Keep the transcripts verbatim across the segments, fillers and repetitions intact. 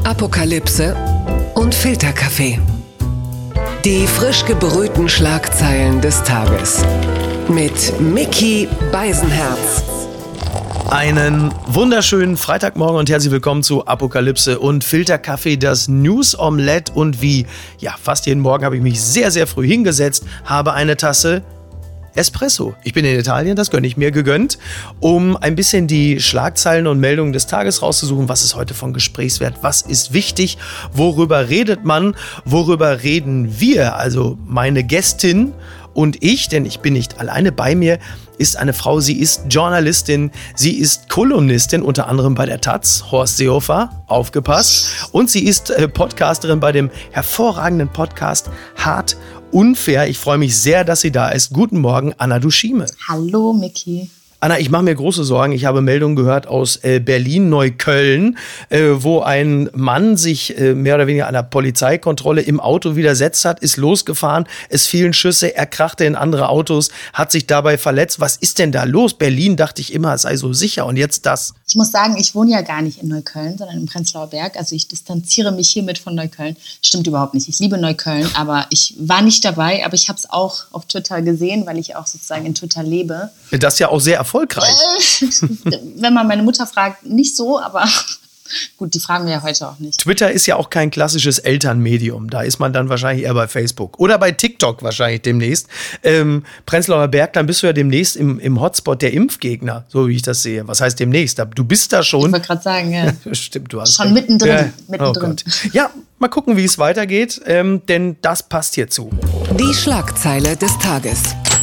Apokalypse und Filterkaffee. Die frisch gebrühten Schlagzeilen des Tages. Mit Micky Beisenherz. Einen wunderschönen Freitagmorgen und herzlich willkommen zu Apokalypse und Filterkaffee, das News Omelette. Und wie ja fast jeden Morgen habe ich mich sehr, sehr früh hingesetzt, habe eine Tasse Espresso. Ich bin in Italien, das gönne ich mir, gegönnt, um ein bisschen die Schlagzeilen und Meldungen des Tages rauszusuchen. Was ist heute von Gesprächswert? Was ist wichtig? Worüber redet man? Worüber reden wir? Also meine Gästin und ich, denn ich bin nicht alleine bei mir, ist eine Frau. Sie ist Journalistin, sie ist Kolumnistin, unter anderem bei der Taz, Horst Seehofer, aufgepasst. Und sie ist äh, Podcasterin bei dem hervorragenden Podcast Hart Unfair. Ich freue mich sehr, dass sie da ist. Guten Morgen, Anna Duschime. Hallo, Micky. Anna, ich mache mir große Sorgen. Ich habe Meldungen gehört aus äh, Berlin-Neukölln, äh, wo ein Mann sich äh, mehr oder weniger einer Polizeikontrolle im Auto widersetzt hat, ist losgefahren, es fielen Schüsse, er krachte in andere Autos, hat sich dabei verletzt. Was ist denn da los? Berlin, dachte ich immer, es sei so sicher. Und jetzt das. Ich muss sagen, ich wohne ja gar nicht in Neukölln, sondern im Prenzlauer Berg. Also ich distanziere mich hiermit von Neukölln. Stimmt überhaupt nicht. Ich liebe Neukölln, aber ich war nicht dabei. Aber ich habe es auch auf Twitter gesehen, weil ich auch sozusagen in Twitter lebe. Das ist ja auch sehr erfolgreich. Äh, wenn man meine Mutter fragt, nicht so, aber gut, die fragen wir ja heute auch nicht. Twitter ist ja auch kein klassisches Elternmedium. Da ist man dann wahrscheinlich eher bei Facebook. Oder bei TikTok wahrscheinlich demnächst. Ähm, Prenzlauer Berg, dann bist du ja demnächst im, im Hotspot der Impfgegner, so wie ich das sehe. Was heißt demnächst? Du bist da schon. Ich wollte gerade sagen, ja. Stimmt, du hast schon mittendrin. Ja. mittendrin. Oh ja, mal gucken, wie es weitergeht, ähm, denn das passt hierzu. Die Schlagzeile des Tages.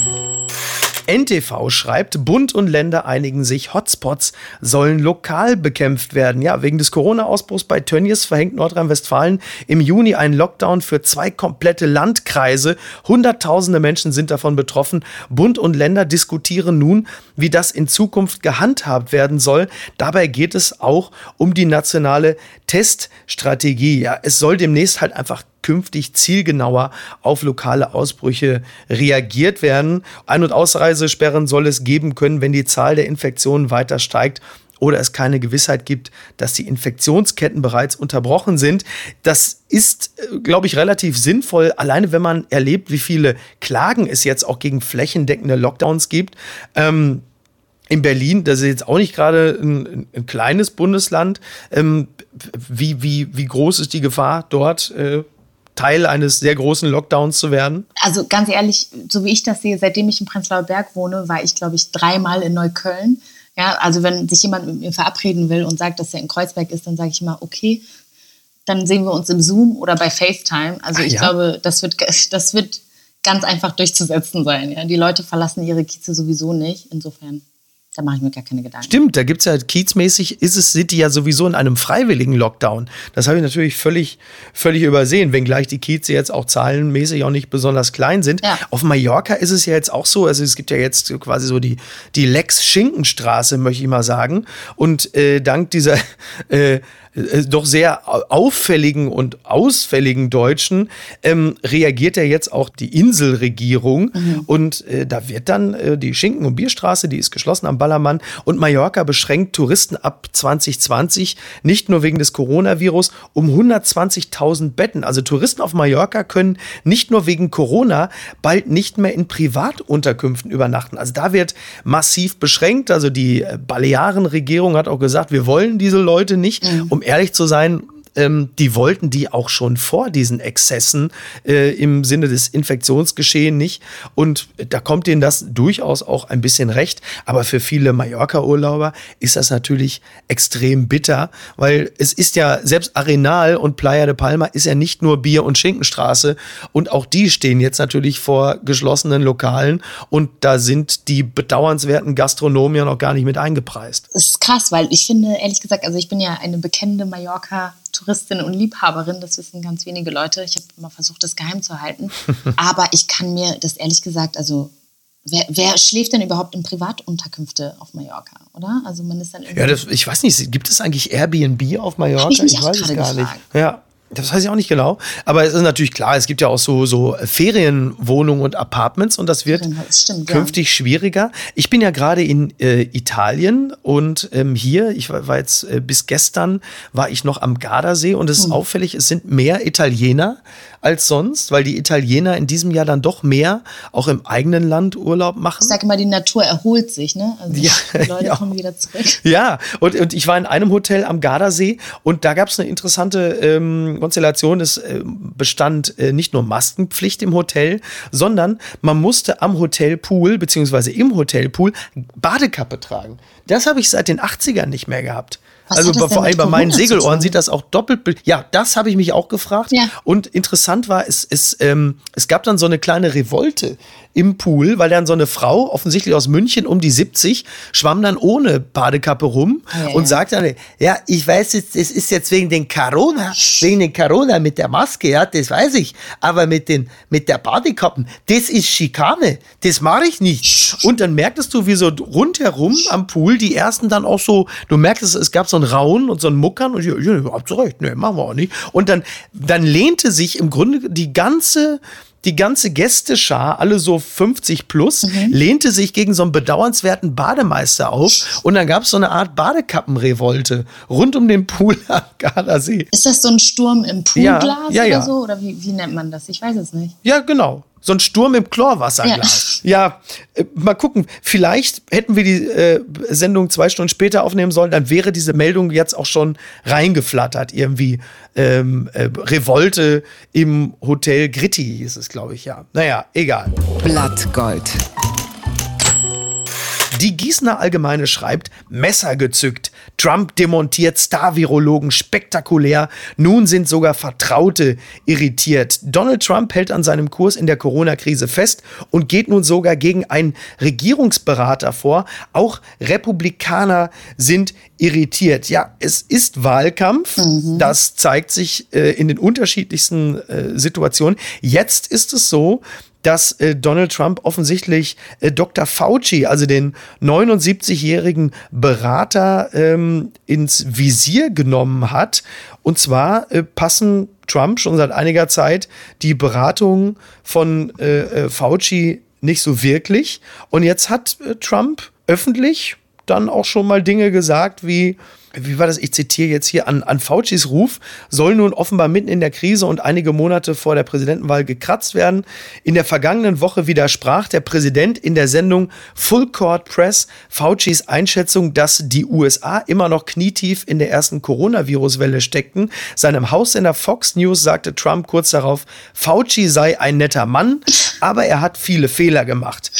N T V schreibt, Bund und Länder einigen sich, Hotspots sollen lokal bekämpft werden. Ja, wegen des Corona-Ausbruchs bei Tönnies verhängt Nordrhein-Westfalen im Juni einen Lockdown für zwei komplette Landkreise. Hunderttausende Menschen sind davon betroffen. Bund und Länder diskutieren nun, wie das in Zukunft gehandhabt werden soll. Dabei geht es auch um die nationale Teststrategie. Ja, es soll demnächst halt einfach künftig zielgenauer auf lokale Ausbrüche reagiert werden. Ein- und Ausreisesperren soll es geben können, wenn die Zahl der Infektionen weiter steigt oder es keine Gewissheit gibt, dass die Infektionsketten bereits unterbrochen sind. Das ist, glaube ich, relativ sinnvoll, alleine wenn man erlebt, wie viele Klagen es jetzt auch gegen flächendeckende Lockdowns gibt. Ähm, In Berlin, das ist jetzt auch nicht gerade ein, ein kleines Bundesland. Ähm, wie, wie, wie groß ist die Gefahr dort, äh, Teil eines sehr großen Lockdowns zu werden? Also ganz ehrlich, so wie ich das sehe, seitdem ich im Prenzlauer Berg wohne, war ich, glaube ich, dreimal in Neukölln. Ja, also wenn sich jemand mit mir verabreden will und sagt, dass er in Kreuzberg ist, dann sage ich immer, okay, dann sehen wir uns im Zoom oder bei FaceTime. Also Ach, ich ja? glaube, das wird, das wird ganz einfach durchzusetzen sein. Ja? Die Leute verlassen ihre Kieze sowieso nicht. Insofern, da mache ich mir gar keine Gedanken. Stimmt, da gibt es ja kiezmäßig, ist es, sind die ja sowieso in einem freiwilligen Lockdown. Das habe ich natürlich völlig, völlig übersehen, wenngleich die Kieze jetzt auch zahlenmäßig auch nicht besonders klein sind. Ja. Auf Mallorca ist es ja jetzt auch so, also es gibt ja jetzt quasi so die, die Lex Schinkenstraße, möchte ich mal sagen. Und äh, dank dieser äh, doch sehr auffälligen und ausfälligen Deutschen ähm, reagiert ja jetzt auch die Inselregierung. Mhm. Und äh, da wird dann äh, die Schinken- und Bierstraße, die ist geschlossen am Ballermann. Und Mallorca beschränkt Touristen ab zwanzig zwanzig nicht nur wegen des Coronavirus um hundertzwanzigtausend Betten. Also Touristen auf Mallorca können nicht nur wegen Corona bald nicht mehr in Privatunterkünften übernachten. Also da wird massiv beschränkt. Also die Balearenregierung hat auch gesagt, wir wollen diese Leute nicht. Mhm. Um ehrlich zu sein, ähm, die wollten die auch schon vor diesen Exzessen äh, im Sinne des Infektionsgeschehens nicht. Und da kommt denen das durchaus auch ein bisschen recht. Aber für viele Mallorca-Urlauber ist das natürlich extrem bitter, weil es ist ja, selbst Arenal und Playa de Palma ist ja nicht nur Bier- und Schinkenstraße. Und auch die stehen jetzt natürlich vor geschlossenen Lokalen. Und da sind die bedauernswerten Gastronomen ja noch gar nicht mit eingepreist. Das ist krass, weil ich finde, ehrlich gesagt, also ich bin ja eine bekennende Mallorca-Touristin und Liebhaberin, das wissen ganz wenige Leute. Ich habe immer versucht, das geheim zu halten. Aber ich kann mir das ehrlich gesagt, also wer, wer schläft denn überhaupt in Privatunterkünfte auf Mallorca, oder? Also man ist dann ja, das, ich weiß nicht, gibt es eigentlich Airbnb auf Mallorca? Hab ich mich ich auch weiß es gerade gar gefragt. nicht. Ja. Das weiß ich auch nicht genau. Aber es ist natürlich klar, es gibt ja auch so, so Ferienwohnungen und Apartments und das wird das stimmt, künftig ja. schwieriger. Ich bin ja gerade in äh, Italien und ähm, hier, ich war, war jetzt äh, bis gestern, war ich noch am Gardasee und es ist hm. auffällig, es sind mehr Italiener als sonst, weil die Italiener in diesem Jahr dann doch mehr auch im eigenen Land Urlaub machen. Ich sage immer, die Natur erholt sich, ne? Also ja, die Leute ja. kommen wieder zurück. Ja, und, und ich war in einem Hotel am Gardasee und da gab es eine interessante ähm, Konstellation. Es äh, bestand äh, nicht nur Maskenpflicht im Hotel, sondern man musste am Hotelpool beziehungsweise im Hotelpool Badekappe tragen. Das habe ich seit den achtzigern nicht mehr gehabt. Was also vor allem bei meinen Segelohren zu sieht das auch doppelt. Ja, das habe ich mich auch gefragt. Ja. Und interessant war, es, es, ähm, es gab dann so eine kleine Revolte im Pool, weil dann so eine Frau, offensichtlich aus München, um die siebzig, schwamm dann ohne Badekappe rum ja, und ja. sagte dann, ja, ich weiß jetzt, es ist jetzt wegen den Corona, wegen den Corona mit der Maske, ja, das weiß ich, aber mit den, mit der Badekappen, das ist Schikane, das mache ich nicht. Und dann merktest du, wie so rundherum am Pool die ersten dann auch so, du merktest, es gab so ein Raunen und so ein Muckern und ja, ja, habt ihr recht, ne, machen wir auch nicht. Und dann, dann lehnte sich im Grunde die ganze Die ganze Gästeschar, alle so fünfzig plus, mhm. lehnte sich gegen so einen bedauernswerten Bademeister auf und dann gab es so eine Art Badekappenrevolte rund um den Pool am Gardasee. Ist das so ein Sturm im Poolglas ja, ja, ja. oder so? Oder wie, wie nennt man das? Ich weiß es nicht. Ja, genau. So ein Sturm im Chlorwasserglas. Ja, ja äh, mal gucken. Vielleicht hätten wir die äh, Sendung zwei Stunden später aufnehmen sollen, dann wäre diese Meldung jetzt auch schon reingeflattert. Irgendwie ähm, äh, Revolte im Hotel Gritti hieß es, glaube ich, ja. Naja, egal. Blattgold. Die Gießener Allgemeine schreibt, Messer gezückt. Trump demontiert Star-Virologen spektakulär. Nun sind sogar Vertraute irritiert. Donald Trump hält an seinem Kurs in der Corona-Krise fest und geht nun sogar gegen einen Regierungsberater vor. Auch Republikaner sind irritiert. Ja, es ist Wahlkampf. Mhm. Das zeigt sich äh, in den unterschiedlichsten äh, Situationen. Jetzt ist es so, dass äh, Donald Trump offensichtlich äh, Doktor Fauci, also den neunundsiebzigjährigen Berater, ähm, ins Visier genommen hat. Und zwar äh, passen Trump schon seit einiger Zeit die Beratungen von äh, äh, Fauci nicht so wirklich. Und jetzt hat äh, Trump öffentlich dann auch schon mal Dinge gesagt wie, wie war das, ich zitiere jetzt hier, an, an Faucis Ruf soll nun offenbar mitten in der Krise und einige Monate vor der Präsidentenwahl gekratzt werden. In der vergangenen Woche widersprach der Präsident in der Sendung Full Court Press Faucis Einschätzung, dass die U S A immer noch knietief in der ersten Coronavirus-Welle steckten. Seinem Haussender Fox News sagte Trump kurz darauf, Fauci sei ein netter Mann, aber er hat viele Fehler gemacht.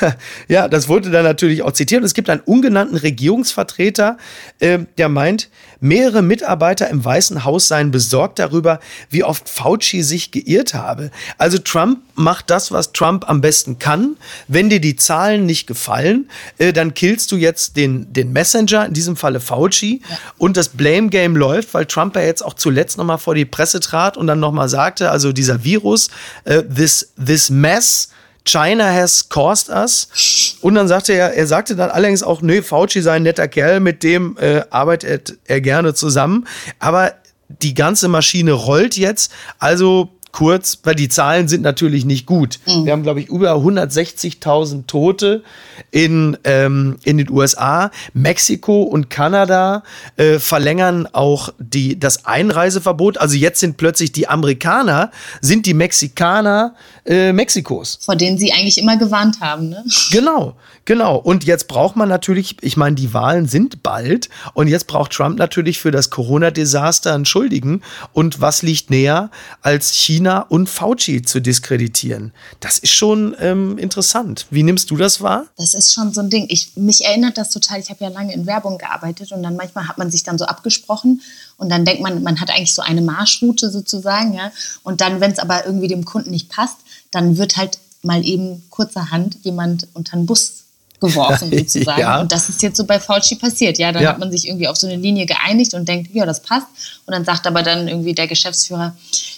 Ja, das wurde dann natürlich auch zitiert. Und es gibt einen ungenannten Regierungsvertreter, äh, der meint, mehrere Mitarbeiter im Weißen Haus seien besorgt darüber, wie oft Fauci sich geirrt habe. Also Trump macht das, was Trump am besten kann. Wenn dir die Zahlen nicht gefallen, äh, dann killst du jetzt den, den Messenger, in diesem Falle Fauci. Ja. Und das Blame Game läuft, weil Trump ja jetzt auch zuletzt nochmal vor die Presse trat und dann nochmal sagte, also dieser Virus, äh, this, this mess, China has caused us. Und dann sagte er, er sagte dann allerdings auch, nö, Fauci sei ein netter Kerl, mit dem äh, arbeitet er gerne zusammen. Aber die ganze Maschine rollt jetzt. Also kurz, weil die Zahlen sind natürlich nicht gut. Mhm. Wir haben, glaube ich, über hundertsechzigtausend Tote in, ähm, in den U S A. Mexiko und Kanada äh, verlängern auch die, das Einreiseverbot. Also jetzt sind plötzlich die Amerikaner, sind die Mexikaner äh, Mexikos. Vor denen sie eigentlich immer gewarnt haben, ne? Genau, genau. Und jetzt braucht man natürlich, ich meine, die Wahlen sind bald und jetzt braucht Trump natürlich für das Corona-Desaster einen Schuldigen. Und was liegt näher, als China und Fauci zu diskreditieren? Das ist schon ähm, interessant. Wie nimmst du das wahr? Das ist schon so ein Ding. Ich, mich erinnert das total. Ich habe ja lange in Werbung gearbeitet und dann manchmal hat man sich dann so abgesprochen und dann denkt man, man hat eigentlich so eine Marschroute sozusagen. Ja? Und dann, wenn es aber irgendwie dem Kunden nicht passt, dann wird halt mal eben kurzerhand jemand unter den Bus geworfen sozusagen. Ja. Und das ist jetzt so bei Fauci passiert. Ja, dann ja. hat man sich irgendwie auf so eine Linie geeinigt und denkt, ja, das passt. Und dann sagt aber dann irgendwie der Geschäftsführer,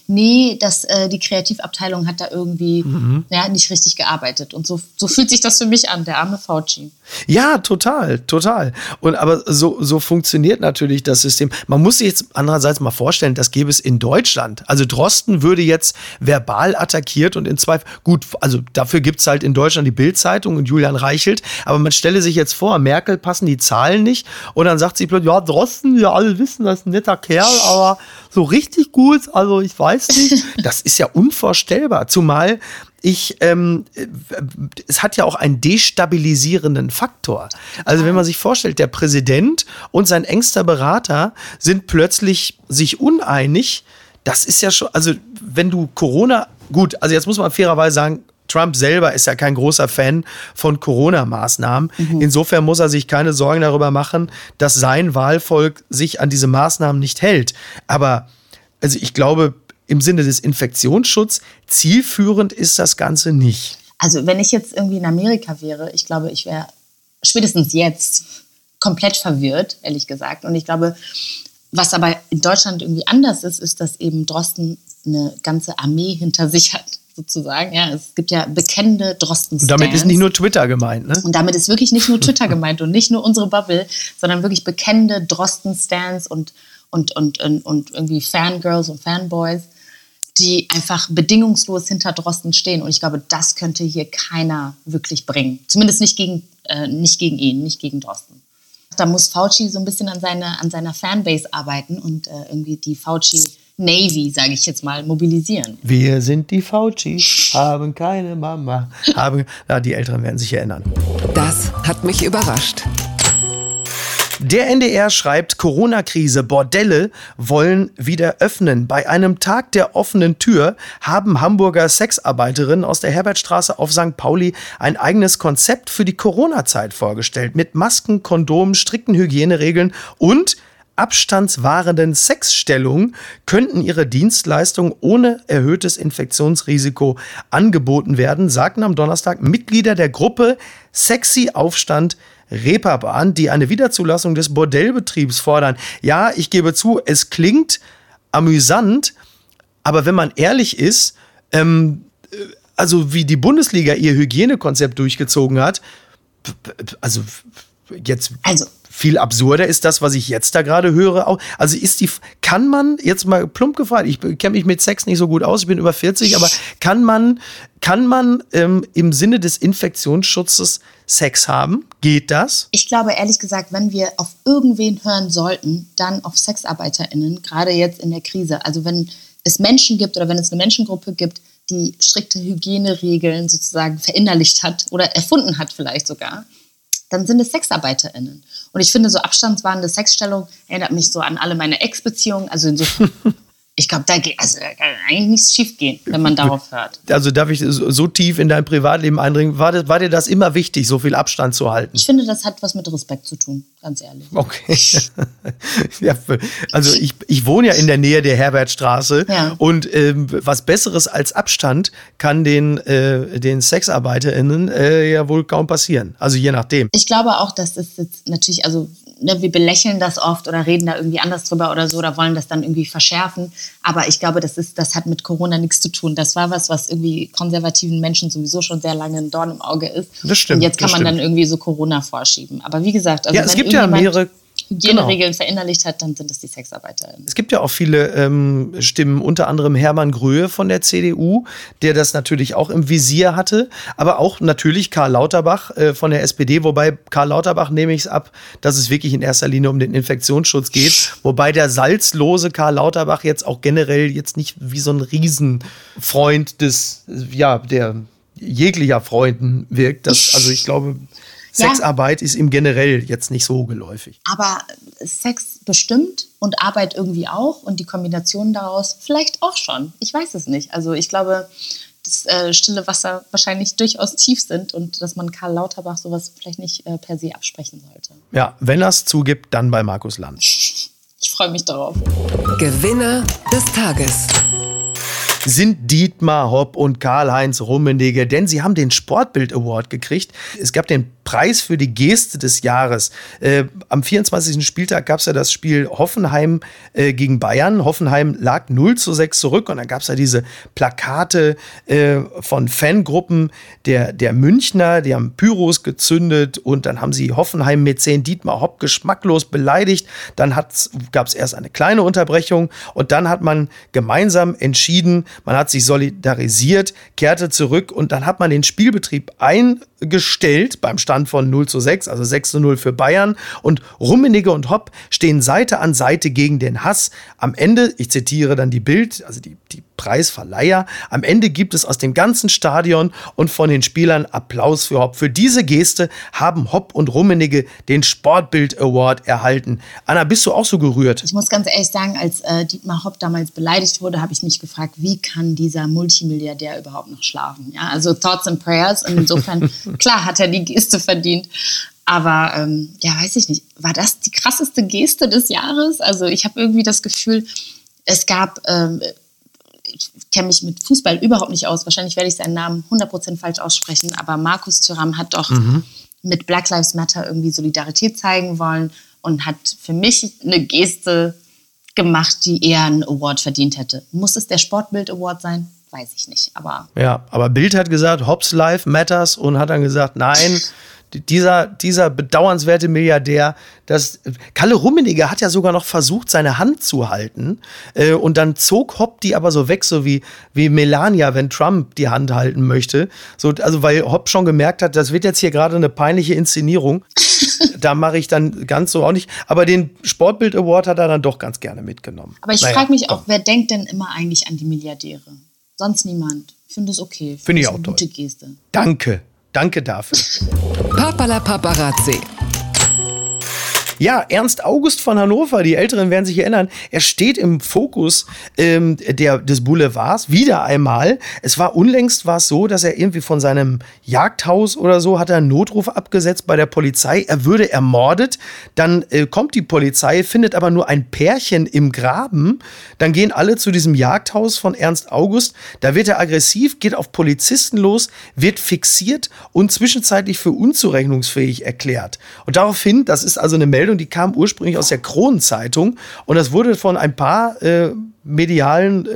nee, das, äh, die Kreativabteilung hat da irgendwie mhm. ja, nicht richtig gearbeitet. Und so, so fühlt sich das für mich an, der arme Fauci. Ja, total, total. Und aber so, so funktioniert natürlich das System. Man muss sich jetzt andererseits mal vorstellen, das gäbe es in Deutschland. Also Drosten würde jetzt verbal attackiert und in Zweifel, gut, also dafür gibt es halt in Deutschland die Bild-Zeitung und Julian Reichelt, aber man stelle sich jetzt vor, Merkel passen die Zahlen nicht und dann sagt sie plötzlich, ja, Drosten, wir alle wissen, das ist ein netter Kerl, aber so richtig gut, also ich weiß nicht. Das ist ja unvorstellbar, zumal Ich, ähm, es hat ja auch einen destabilisierenden Faktor. Also wenn man sich vorstellt, der Präsident und sein engster Berater sind plötzlich sich uneinig, das ist ja schon, also wenn du Corona, gut, also jetzt muss man fairerweise sagen, Trump selber ist ja kein großer Fan von Corona-Maßnahmen. Mhm. Insofern muss er sich keine Sorgen darüber machen, dass sein Wahlvolk sich an diese Maßnahmen nicht hält. Aber also ich glaube, im Sinne des Infektionsschutzes zielführend ist das Ganze nicht. Also wenn ich jetzt irgendwie in Amerika wäre, ich glaube, ich wäre spätestens jetzt komplett verwirrt, ehrlich gesagt. Und ich glaube, was aber in Deutschland irgendwie anders ist, ist, dass eben Drosten eine ganze Armee hinter sich hat, sozusagen. Ja, es gibt ja bekennende Drosten-Stans. Und damit ist nicht nur Twitter gemeint, ne? Und damit ist wirklich nicht nur Twitter gemeint und nicht nur unsere Bubble, sondern wirklich bekennende Drosten-Stans und, und, und, und, und irgendwie Fangirls und Fanboys, die einfach bedingungslos hinter Drosten stehen. Und ich glaube, das könnte hier keiner wirklich bringen. Zumindest nicht gegen, äh, nicht gegen ihn, nicht gegen Drosten. Da muss Fauci so ein bisschen an, seine, an seiner Fanbase arbeiten und äh, irgendwie die Fauci Navy, sage ich jetzt mal, mobilisieren. Wir sind die Fauci, haben keine Mama. Haben, na, die Älteren werden sich erinnern. Das hat mich überrascht. Der N D R schreibt, Corona-Krise, Bordelle wollen wieder öffnen. Bei einem Tag der offenen Tür haben Hamburger Sexarbeiterinnen aus der Herbertstraße auf Sankt Pauli ein eigenes Konzept für die Corona-Zeit vorgestellt. Mit Masken, Kondomen, strikten Hygieneregeln und abstandswahrenden Sexstellungen könnten ihre Dienstleistungen ohne erhöhtes Infektionsrisiko angeboten werden, sagten am Donnerstag Mitglieder der Gruppe Sexy Aufstand Reeperbahn, die eine Wiederzulassung des Bordellbetriebs fordern. Ja, ich gebe zu, es klingt amüsant, aber wenn man ehrlich ist, ähm, also wie die Bundesliga ihr Hygienekonzept durchgezogen hat, also jetzt... Also viel absurder ist das, was ich jetzt da gerade höre. Auch. Also ist die, kann man, jetzt mal plump gefragt, ich kenne mich mit Sex nicht so gut aus, ich bin über vierzig, aber kann man, kann man ähm, im Sinne des Infektionsschutzes Sex haben? Geht das? Ich glaube, ehrlich gesagt, wenn wir auf irgendwen hören sollten, dann auf SexarbeiterInnen, gerade jetzt in der Krise. Also wenn es Menschen gibt oder wenn es eine Menschengruppe gibt, die strikte Hygieneregeln sozusagen verinnerlicht hat oder erfunden hat vielleicht sogar, dann sind es SexarbeiterInnen. Und ich finde, so abstandswahrende Sexstellung erinnert mich so an alle meine Ex-Beziehungen. Also so, ich glaube, da geht also, da kann eigentlich nichts schief gehen, wenn man darauf hört. Also darf ich so, so tief in dein Privatleben eindringen? War, das, war dir das immer wichtig, so viel Abstand zu halten? Ich finde, das hat was mit Respekt zu tun, ganz ehrlich. Okay. Ja, also ich, ich wohne ja in der Nähe der Herbertstraße ja. und ähm, was Besseres als Abstand kann den, äh, den SexarbeiterInnen äh, ja wohl kaum passieren. Also je nachdem. Ich glaube auch, dass das jetzt natürlich, also ne, wir belächeln das oft oder reden da irgendwie anders drüber oder so oder wollen das dann irgendwie verschärfen. Aber ich glaube, das, ist, das hat mit Corona nichts zu tun. Das war was, was irgendwie konservativen Menschen sowieso schon sehr lange ein Dorn im Auge ist. Das stimmt. Und jetzt kann man stimmt. dann irgendwie so Corona vorschieben. Aber wie gesagt, also ja, es gibt ja mehrere Hygieneregeln genau. verinnerlicht hat, dann sind es die SexarbeiterInnen. Es gibt ja auch viele ähm, Stimmen, unter anderem Hermann Gröhe von der C D U, der das natürlich auch im Visier hatte, aber auch natürlich Karl Lauterbach äh, von der S P D, wobei Karl Lauterbach nehme ich es ab, dass es wirklich in erster Linie um den Infektionsschutz geht, wobei der salzlose Karl Lauterbach jetzt auch generell jetzt nicht wie so ein Riesenfreund des, ja, der jeglicher Freunden wirkt. Das, also ich glaube... Sexarbeit ja. ist ihm generell jetzt nicht so geläufig. Aber Sex bestimmt und Arbeit irgendwie auch und die Kombination daraus vielleicht auch schon. Ich weiß es nicht. Also ich glaube, dass äh, stille Wasser wahrscheinlich durchaus tief sind und dass man Karl Lauterbach sowas vielleicht nicht äh, per se absprechen sollte. Ja, wenn er es zugibt, dann bei Markus Lanz. Ich freue mich darauf. Gewinner des Tages. sind Dietmar Hopp und Karl-Heinz Rummenigge, denn sie haben den Sportbild Award gekriegt. Es gab den Preis für die Geste des Jahres. Äh, am vierundzwanzigsten Spieltag gab es ja das Spiel Hoffenheim äh, gegen Bayern. Hoffenheim lag null zu sechs zurück und dann gab es ja diese Plakate äh, von Fangruppen der, der Münchner, die haben Pyros gezündet und dann haben sie Hoffenheim-Mäzen Dietmar Hopp geschmacklos beleidigt. Dann gab es erst eine kleine Unterbrechung und dann hat man gemeinsam entschieden, man hat sich solidarisiert, kehrte zurück und dann hat man den Spielbetrieb eingestellt beim Stand von null zu sechs, also sechs zu null für Bayern. Und Rummenigge und Hopp stehen Seite an Seite gegen den Hass. Am Ende, ich zitiere dann die Bild, also die, die Preisverleiher, am Ende gibt es aus dem ganzen Stadion und von den Spielern Applaus für Hopp. Für diese Geste haben Hopp und Rummenigge den Sportbild Award erhalten. Anna, bist du auch so gerührt? Ich muss ganz ehrlich sagen, als äh, Dietmar Hopp damals beleidigt wurde, habe ich mich gefragt, wie kann dieser Multimilliardär überhaupt noch schlafen? Ja, also Thoughts and Prayers. Und insofern, klar hat er die Geste verdient. Aber ähm, ja, weiß ich nicht. War das die krasseste Geste des Jahres? Also ich habe irgendwie das Gefühl, es gab... Ähm, ich kenne mich mit Fußball überhaupt nicht aus. Wahrscheinlich werde ich seinen Namen hundert Prozent falsch aussprechen. Aber Markus Thuram hat doch mhm. mit Black Lives Matter irgendwie Solidarität zeigen wollen und hat für mich eine Geste gemacht, die eher einen Award verdient hätte. Muss es der Sportbild Award sein? Weiß ich nicht. Aber ja, aber Bild hat gesagt, Hopps Life matters und hat dann gesagt, nein, dieser, dieser bedauernswerte Milliardär, das, Kalle Rummenigge hat ja sogar noch versucht, seine Hand zu halten äh, und dann zog Hopp die aber so weg, so wie, wie Melania, wenn Trump die Hand halten möchte. So, also weil Hopp schon gemerkt hat, das wird jetzt hier gerade eine peinliche Inszenierung. Da mache ich dann ganz so auch nicht. Aber den Sportbild Award hat er dann doch ganz gerne mitgenommen. Aber ich naja, frage mich auch, wer denkt denn immer eigentlich an die Milliardäre? Sonst niemand. Ich finde es okay. Finde ich auch toll. Gute Geste. Danke. Danke dafür. Papala Paparazzi. Ja, Ernst August von Hannover, die Älteren werden sich erinnern, er steht im Fokus ähm, der, des Boulevards, wieder einmal. Es war unlängst war es so, dass er irgendwie von seinem Jagdhaus oder so hat er einen Notruf abgesetzt bei der Polizei. Er würde ermordet. Dann äh, kommt die Polizei, findet aber nur ein Pärchen im Graben. Dann gehen alle zu diesem Jagdhaus von Ernst August. Da wird er aggressiv, geht auf Polizisten los, wird fixiert und zwischenzeitlich für unzurechnungsfähig erklärt. Und daraufhin, das ist also eine Meldung, die kam ursprünglich aus der Kronenzeitung und das wurde von ein paar äh, medialen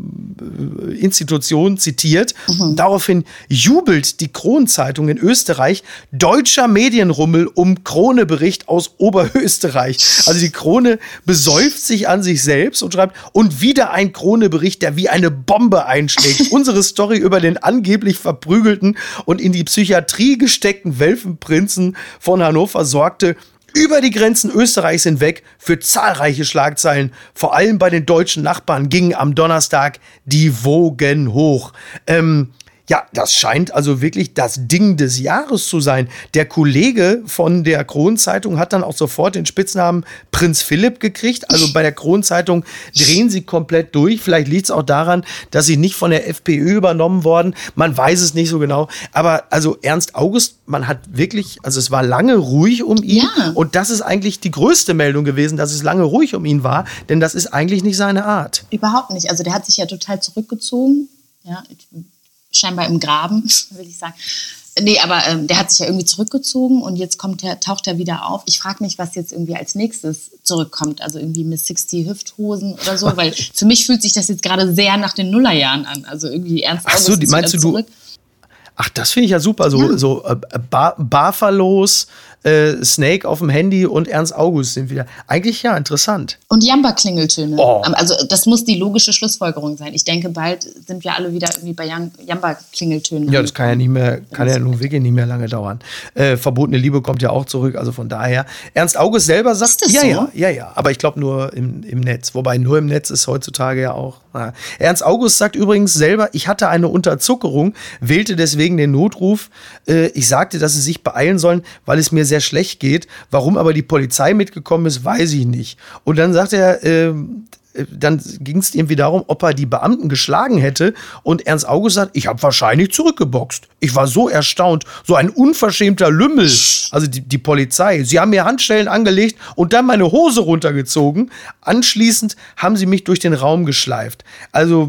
äh, Institutionen zitiert. Mhm. Daraufhin jubelt die Kronenzeitung in Österreich, deutscher Medienrummel um Krone-Bericht aus Oberösterreich. Also die Krone besäuft sich an sich selbst und schreibt, und wieder ein Krone-Bericht, der wie eine Bombe einschlägt. Unsere Story über den angeblich verprügelten und in die Psychiatrie gesteckten Welfenprinzen von Hannover sorgte über die Grenzen Österreichs hinweg für zahlreiche Schlagzeilen. Vor allem bei den deutschen Nachbarn gingen am Donnerstag die Wogen hoch. Ähm, ja, das scheint also wirklich das Ding des Jahres zu sein. Der Kollege von der Kronenzeitung hat dann auch sofort den Spitznamen Prinz Philipp gekriegt. Also bei der Kronenzeitung drehen sie komplett durch. Vielleicht liegt es auch daran, dass sie nicht von der FPÖ übernommen worden. Man weiß es nicht so genau. Aber also Ernst August, man hat wirklich, also es war lange ruhig um ihn. Ja. Und das ist eigentlich die größte Meldung gewesen, dass es lange ruhig um ihn war. Denn das ist eigentlich nicht seine Art. Überhaupt nicht. Also der hat sich ja total zurückgezogen. Ja, scheinbar im Graben, will ich sagen. Nee, aber ähm, der hat sich ja irgendwie zurückgezogen und jetzt kommt der, taucht er wieder auf. Ich frage mich, was jetzt irgendwie als nächstes zurückkommt. Also irgendwie Miss sixty Hüfthosen oder so, weil für mich fühlt sich das jetzt gerade sehr nach den Nullerjahren an. Also irgendwie Ernst August. Ach so, meinst du, du? Ach, das finde ich ja super. So, ja. so äh, bar, barverlos, äh, Snake auf dem Handy und Ernst August sind wieder. Eigentlich ja, interessant. Und Jamba-Klingeltöne. Oh. Also das muss die logische Schlussfolgerung sein. Ich denke, bald sind wir alle wieder irgendwie bei Jamba-Klingeltönen. Ja, das kann ja nicht mehr, kann ja nun wirklich nicht mehr lange dauern. Äh, Verbotene Liebe kommt ja auch zurück, also von daher. Ernst August selber sagt, ist das ja, so? ja, ja, ja. Aber ich glaube nur im, im Netz. Wobei nur im Netz ist heutzutage ja auch. Na. Ernst August sagt übrigens selber, ich hatte eine Unterzuckerung, wählte deswegen den Notruf. Äh, ich sagte, dass sie sich beeilen sollen, weil es mir sehr schlecht geht. Warum aber die Polizei mitgekommen ist, weiß ich nicht. Und dann sagt er, äh, dann ging es irgendwie darum, ob er die Beamten geschlagen hätte. Und Ernst August sagt, ich habe wahrscheinlich zurückgeboxt. Ich war so erstaunt. So ein unverschämter Lümmel. Also die, die Polizei. Sie haben mir Handschellen angelegt und dann meine Hose runtergezogen. Anschließend haben sie mich durch den Raum geschleift. Also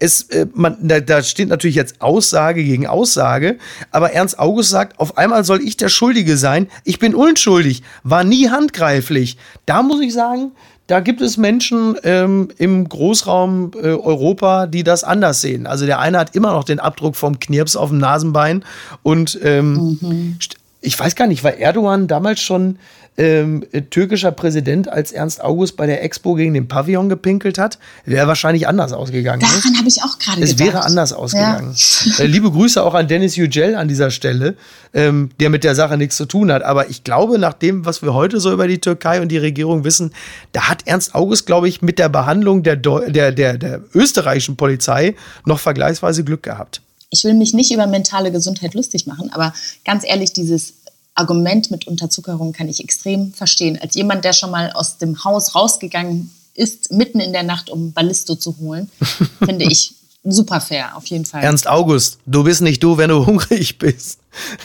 es, äh, man, da, da steht natürlich jetzt Aussage gegen Aussage, aber Ernst August sagt, auf einmal soll ich der Schuldige sein. Ich bin unschuldig, war nie handgreiflich. Da muss ich sagen, da gibt es Menschen ähm, im Großraum äh, Europa, die das anders sehen. Also der eine hat immer noch den Abdruck vom Knirps auf dem Nasenbein und ähm, mhm. ich weiß gar nicht, war Erdogan damals schon ähm, türkischer Präsident, als Ernst August bei der Expo gegen den Pavillon gepinkelt hat? Wäre wahrscheinlich anders ausgegangen. Daran habe ich auch gerade gedacht. Es wäre anders ausgegangen. Ja. Äh, liebe Grüße auch an Dennis Yücel an dieser Stelle, ähm, der mit der Sache nichts zu tun hat. Aber ich glaube, nach dem, was wir heute so über die Türkei und die Regierung wissen, da hat Ernst August, glaube ich, mit der Behandlung der, Deu- der, der, der österreichischen Polizei noch vergleichsweise Glück gehabt. Ich will mich nicht über mentale Gesundheit lustig machen, aber ganz ehrlich, dieses Argument mit Unterzuckerung kann ich extrem verstehen. Als jemand, der schon mal aus dem Haus rausgegangen ist, mitten in der Nacht, um Ballisto zu holen, finde ich super fair, auf jeden Fall. Ernst August, du bist nicht du, wenn du hungrig bist.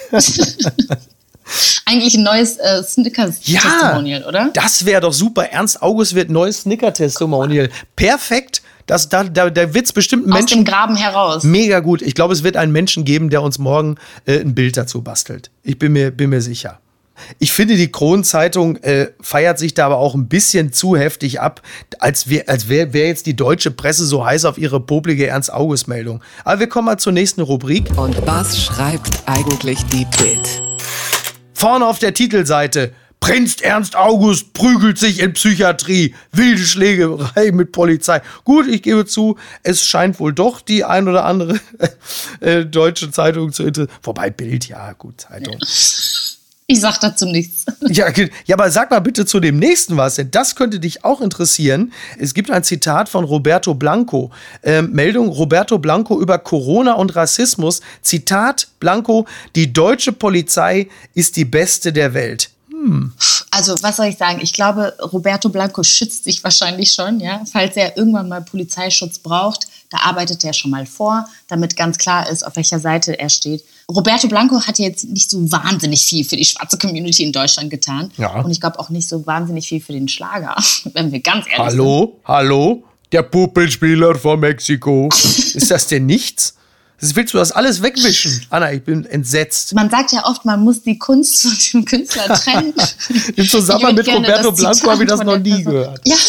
Eigentlich ein neues äh, Snickers-Testimonial, ja, oder? Das wäre doch super. Ernst August wird neues Snicker-Testimonial. Perfekt. Das, da, da, da wird es bestimmt Menschen... Aus dem Graben heraus. Mega gut. Ich glaube, es wird einen Menschen geben, der uns morgen äh, ein Bild dazu bastelt. Ich bin mir, bin mir sicher. Ich finde, die Kronenzeitung äh, feiert sich da aber auch ein bisschen zu heftig ab, als, wär, als wäre wär jetzt die deutsche Presse so heiß auf ihre poplige Ernst-August-Meldung. Aber wir kommen mal zur nächsten Rubrik. Und was schreibt eigentlich die Bild? Vorne auf der Titelseite: Prinz Ernst August prügelt sich in Psychiatrie, wilde Schlägerei mit Polizei. Gut, ich gebe zu, es scheint wohl doch die ein oder andere äh, deutsche Zeitung zu interessieren. Wobei Bild, ja gut, Zeitung. Ich sag dazu nichts. Ja, ja, aber sag mal bitte zu dem nächsten was, denn das könnte dich auch interessieren. Es gibt ein Zitat von Roberto Blanco. Ähm, Meldung Roberto Blanco über Corona und Rassismus. Zitat Blanco: Die deutsche Polizei ist die beste der Welt. Hm. Also, was soll ich sagen? Ich glaube, Roberto Blanco schützt sich wahrscheinlich schon, ja. Falls er irgendwann mal Polizeischutz braucht, da arbeitet er schon mal vor, damit ganz klar ist, auf welcher Seite er steht. Roberto Blanco hat jetzt nicht so wahnsinnig viel für die schwarze Community in Deutschland getan. Ja. Und ich glaube auch nicht so wahnsinnig viel für den Schlager, wenn wir ganz ehrlich Hallo? sind. Hallo? Hallo? Der Puppenspieler von Mexiko. Ist das denn nichts? Das willst du das alles wegwischen? Anna, ich bin entsetzt. Man sagt ja oft, man muss die Kunst von dem Künstler trennen. Im Zusammenhang mit Roberto Blanco habe ich das noch nie gehört. Ja.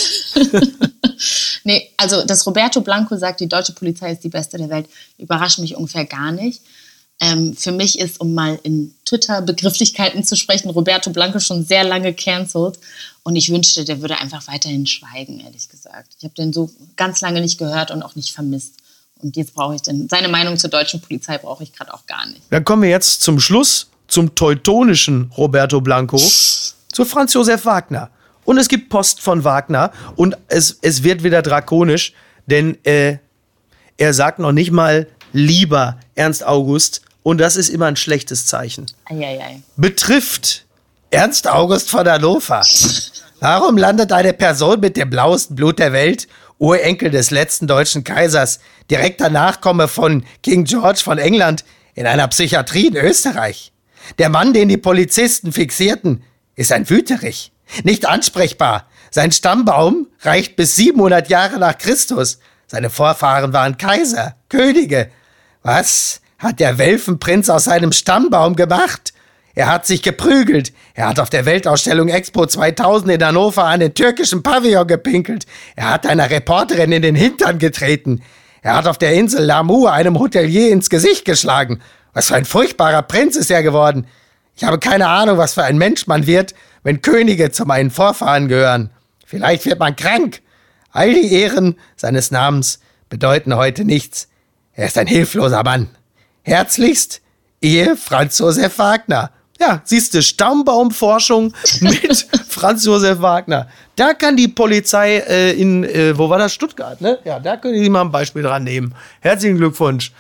Nee, also dass Roberto Blanco sagt, die deutsche Polizei ist die beste der Welt, überrascht mich ungefähr gar nicht. Ähm, für mich ist, um mal in Twitter-Begrifflichkeiten zu sprechen, Roberto Blanco schon sehr lange cancelled. Und ich wünschte, der würde einfach weiterhin schweigen, ehrlich gesagt. Ich habe den so ganz lange nicht gehört und auch nicht vermisst. Und jetzt brauche ich den, seine Meinung zur deutschen Polizei brauche ich gerade auch gar nicht. Dann kommen wir jetzt zum Schluss zum teutonischen Roberto Blanco, zu Franz Josef Wagner. Und es gibt Post von Wagner und es, es wird wieder drakonisch, denn äh, er sagt noch nicht mal lieber Ernst August und das ist immer ein schlechtes Zeichen. Eieiei. Betrifft Ernst August von Hannover. Warum landet eine Person mit dem blauesten Blut der Welt, Urenkel des letzten deutschen Kaisers, direkter Nachkomme von King George von England, in einer Psychiatrie in Österreich? Der Mann, den die Polizisten fixierten, ist ein Wüterich. Nicht ansprechbar. Sein Stammbaum reicht bis siebenhundert Jahre nach Christus. Seine Vorfahren waren Kaiser, Könige. Was hat der Welfenprinz aus seinem Stammbaum gemacht? Er hat sich geprügelt. Er hat auf der Weltausstellung Expo zweitausend in Hannover an den türkischen Pavillon gepinkelt. Er hat einer Reporterin in den Hintern getreten. Er hat auf der Insel Lamu einem Hotelier ins Gesicht geschlagen. Was für ein furchtbarer Prinz ist er geworden. Ich habe keine Ahnung, was für ein Mensch man wird, wenn Könige zu meinen Vorfahren gehören. Vielleicht wird man krank. All die Ehren seines Namens bedeuten heute nichts. Er ist ein hilfloser Mann. Herzlichst, Ehe Franz Josef Wagner. Ja, siehst du, Stammbaumforschung mit Franz Josef Wagner. Da kann die Polizei äh, in, äh, wo war das? Stuttgart, ne? Ja, da können die mal ein Beispiel dran nehmen. Herzlichen Glückwunsch.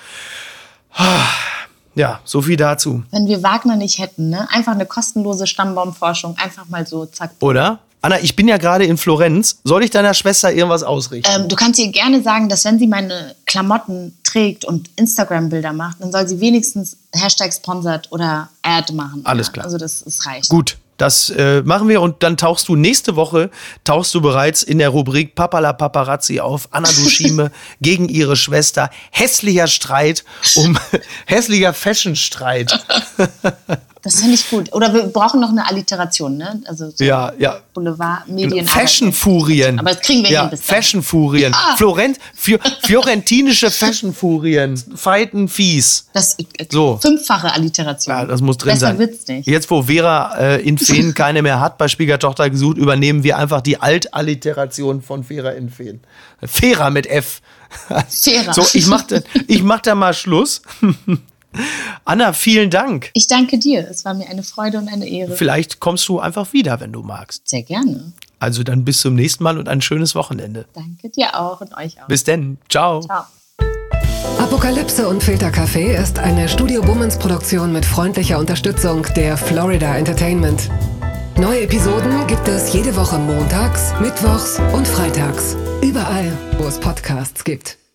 Ja, so viel dazu. Wenn wir Wagner nicht hätten, ne? Einfach eine kostenlose Stammbaumforschung, einfach mal so, zack. Oder? Anna, ich bin ja gerade in Florenz. Soll ich deiner Schwester irgendwas ausrichten? Ähm, du kannst ihr gerne sagen, dass wenn sie meine Klamotten trägt und Instagram-Bilder macht, dann soll sie wenigstens Hashtag sponsored oder Ad machen. Alles ja. klar. Also das, das reicht. Gut, Das äh, machen wir und dann tauchst du nächste Woche, tauchst du bereits in der Rubrik Papala Paparazzi auf. Anna Dushime gegen ihre Schwester. Hässlicher Streit um hässlicher Fashion-Streit. Das finde ich gut. Oder wir brauchen noch eine Alliteration, ne? Also so ja, ja. Boulevard, Medien. Fashion-Furien. Aber das kriegen wir ja, hin bis dahin. Fashion-Furien. Ja. Florent, Fi- fiorentinische Fashion-Furien. Fighten fies. Das so. Fünffache Alliteration. Ja, das muss drin Besser sein. Wird's nicht. Jetzt, wo Vera äh, in Feen keine mehr hat, bei Schwiegertochter gesucht, übernehmen wir einfach die Altalliteration von Vera in Feen. Vera mit F. Vera. So, ich mach, da, ich mach da mal Schluss. Anna, vielen Dank. Ich danke dir. Es war mir eine Freude und eine Ehre. Vielleicht kommst du einfach wieder, wenn du magst. Sehr gerne. Also dann bis zum nächsten Mal und ein schönes Wochenende. Danke dir auch und euch auch. Bis denn. Ciao. Ciao. Apokalypse und Filtercafé ist eine Studio Bummens Produktion mit freundlicher Unterstützung der Florida Entertainment. Neue Episoden gibt es jede Woche montags, mittwochs und freitags. Überall, wo es Podcasts gibt.